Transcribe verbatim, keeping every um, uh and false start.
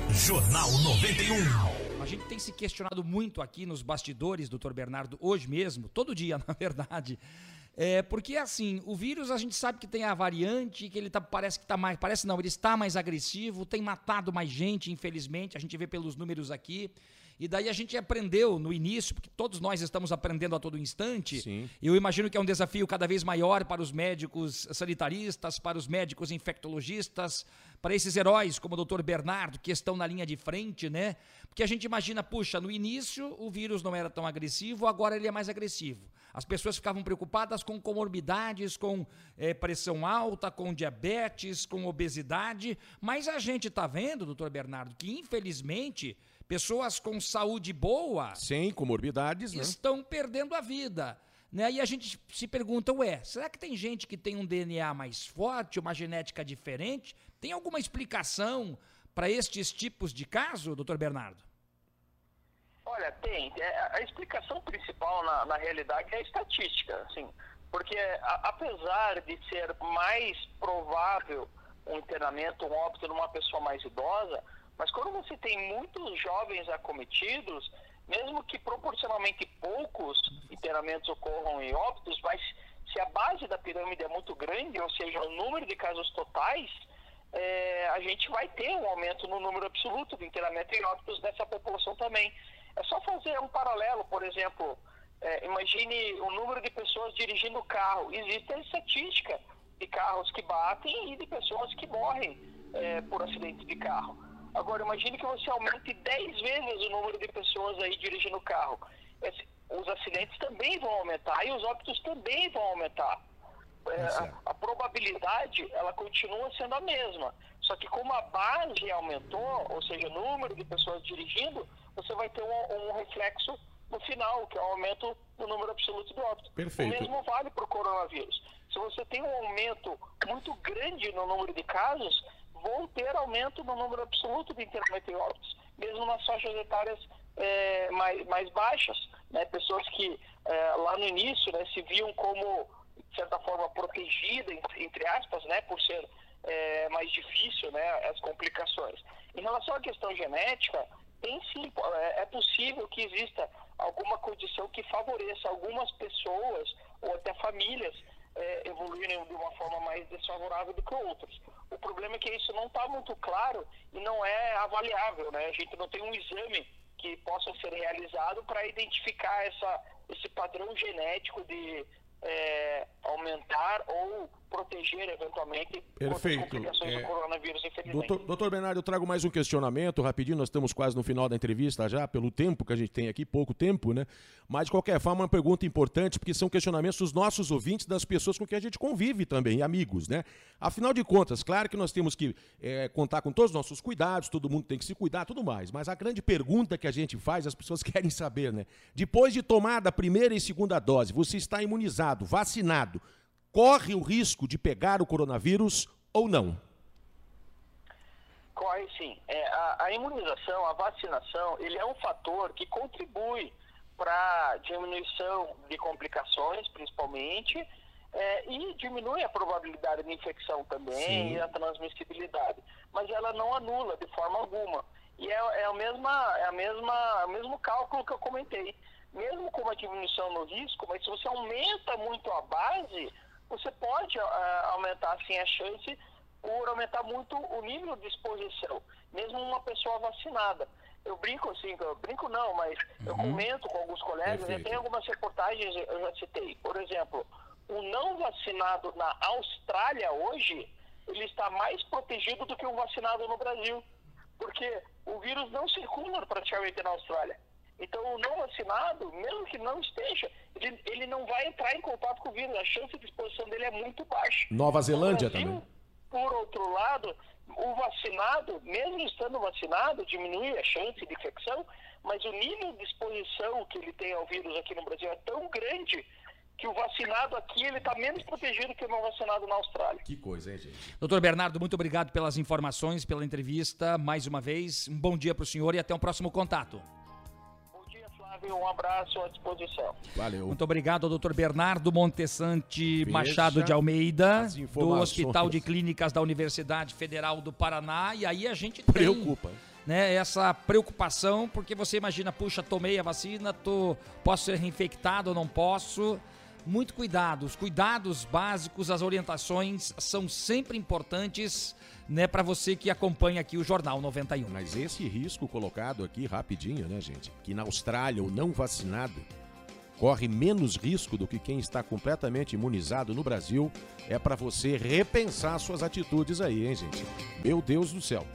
Jornal noventa e um. A gente tem se questionado muito aqui nos bastidores, doutor Bernardo, hoje mesmo, todo dia, na verdade. É, porque assim, o vírus a gente sabe que tem a variante, que ele tá, parece que está mais, parece não, ele está mais agressivo, tem matado mais gente, infelizmente, a gente vê pelos números aqui. E daí a gente aprendeu no início, porque todos nós estamos aprendendo a todo instante. Sim. Eu imagino que é um desafio cada vez maior para os médicos sanitaristas, para os médicos infectologistas, para esses heróis como o doutor Bernardo, que estão na linha de frente, né? Porque a gente imagina, puxa, no início o vírus não era tão agressivo, agora ele é mais agressivo. As pessoas ficavam preocupadas com comorbidades, com é, pressão alta, com diabetes, com obesidade, mas a gente está vendo, doutor Bernardo, que infelizmente pessoas com saúde boa, sem comorbidades, né? estão perdendo a vida. Né? E a gente se pergunta, ué, será que tem gente que tem um D N A mais forte, uma genética diferente? Tem alguma explicação para estes tipos de caso, doutor Bernardo? Olha, tem. A explicação principal, na, na realidade, é a estatística, assim, porque a, apesar de ser mais provável um internamento, um óbito numa pessoa mais idosa, mas quando você tem muitos jovens acometidos, mesmo que proporcionalmente poucos internamentos ocorram em óbitos, mas se a base da pirâmide é muito grande, ou seja, o número de casos totais, é, a gente vai ter um aumento no número absoluto de internamento em óbitos dessa população também. É só fazer um paralelo, por exemplo, é, imagine o número de pessoas dirigindo carro. Existe a estatística de carros que batem e de pessoas que morrem é, por acidente de carro. Agora, imagine que você aumente dez vezes o número de pessoas aí dirigindo o carro. Esse, os acidentes também vão aumentar e os óbitos também vão aumentar. É, a, a probabilidade, ela continua sendo a mesma. Só que como a base aumentou, ou seja, o número de pessoas dirigindo, você vai ter um, um reflexo no final, que é o aumento do número absoluto de óbitos. Perfeito. O mesmo vale para o coronavírus. Se você tem um aumento muito grande no número de casos, vão ter aumento no número absoluto de internamento em óbitos, mesmo nas faixas etárias é, mais, mais baixas, né? Pessoas que é, lá no início, né, se viam como, de certa forma, protegidas, entre aspas, né, por ser é, mais difícil, né, as complicações. Em relação à questão genética, tem sim, é, é possível que exista alguma condição que favoreça algumas pessoas ou até famílias É, evoluírem de uma forma mais desfavorável do que outros. O problema é que isso não está muito claro e não é avaliável, né? A gente não tem um exame que possa ser realizado para identificar essa, esse padrão genético de é, aumentar ou proteger eventualmente Perfeito. contra as complicações É, do coronavírus, infelizmente. Doutor, doutor Bernardo, eu trago mais um questionamento rapidinho, nós estamos quase no final da entrevista já, pelo tempo que a gente tem aqui, pouco tempo, né? Mas de qualquer forma, uma pergunta importante, porque são questionamentos dos nossos ouvintes, das pessoas com quem a gente convive também, amigos, né? Afinal de contas, claro que nós temos que é, contar com todos os nossos cuidados, todo mundo tem que se cuidar, tudo mais, mas a grande pergunta que a gente faz, as pessoas querem saber, né? Depois de tomada a primeira e segunda dose, você está imunizado, vacinado, corre o risco de pegar o coronavírus ou não? Corre sim. É, a, a imunização, a vacinação, ele é um fator que contribui para a diminuição de complicações, principalmente, é, e diminui a probabilidade de infecção também. Sim. E a transmissibilidade. Mas ela não anula de forma alguma. E é, é, a mesma, é a mesma, o mesmo cálculo que eu comentei. Mesmo com uma diminuição no risco, mas se você aumenta muito a base, você pode uh, aumentar sim a chance por aumentar muito o nível de exposição, mesmo uma pessoa vacinada. Eu brinco assim, eu brinco não, mas uhum. eu comento com alguns colegas, e tem algumas reportagens, eu já citei. Por exemplo, o não vacinado na Austrália hoje, ele está mais protegido do que o vacinado no Brasil, porque o vírus não circula praticamente na Austrália. Então, o não vacinado, mesmo que não esteja, ele, ele não vai entrar em contato com o vírus. A chance de exposição dele é muito baixa. Nova Zelândia Brasil, também. Por outro lado, o vacinado, mesmo estando vacinado, diminui a chance de infecção, mas o nível de exposição que ele tem ao vírus aqui no Brasil é tão grande que o vacinado aqui ele está menos protegido que o não vacinado na Austrália. Que coisa, hein, gente? Doutor Bernardo, muito obrigado pelas informações, pela entrevista, mais uma vez. Um bom dia para o senhor e até um próximo contato. Um abraço à disposição. Valeu. Muito obrigado ao doutor Bernardo Montesante Veja Machado de Almeida, do informações. Hospital de Clínicas da Universidade Federal do Paraná. E aí a gente tem... Preocupa. né, essa preocupação, porque você imagina, puxa, tomei a vacina, tô, posso ser reinfectado ou não posso. Muito cuidado, os cuidados básicos, as orientações são sempre importantes, né, para você que acompanha aqui o Jornal noventa e um. Mas esse risco colocado aqui rapidinho, né, gente? Que na Austrália o não vacinado corre menos risco do que quem está completamente imunizado no Brasil, é para você repensar suas atitudes aí, hein, gente? Meu Deus do céu.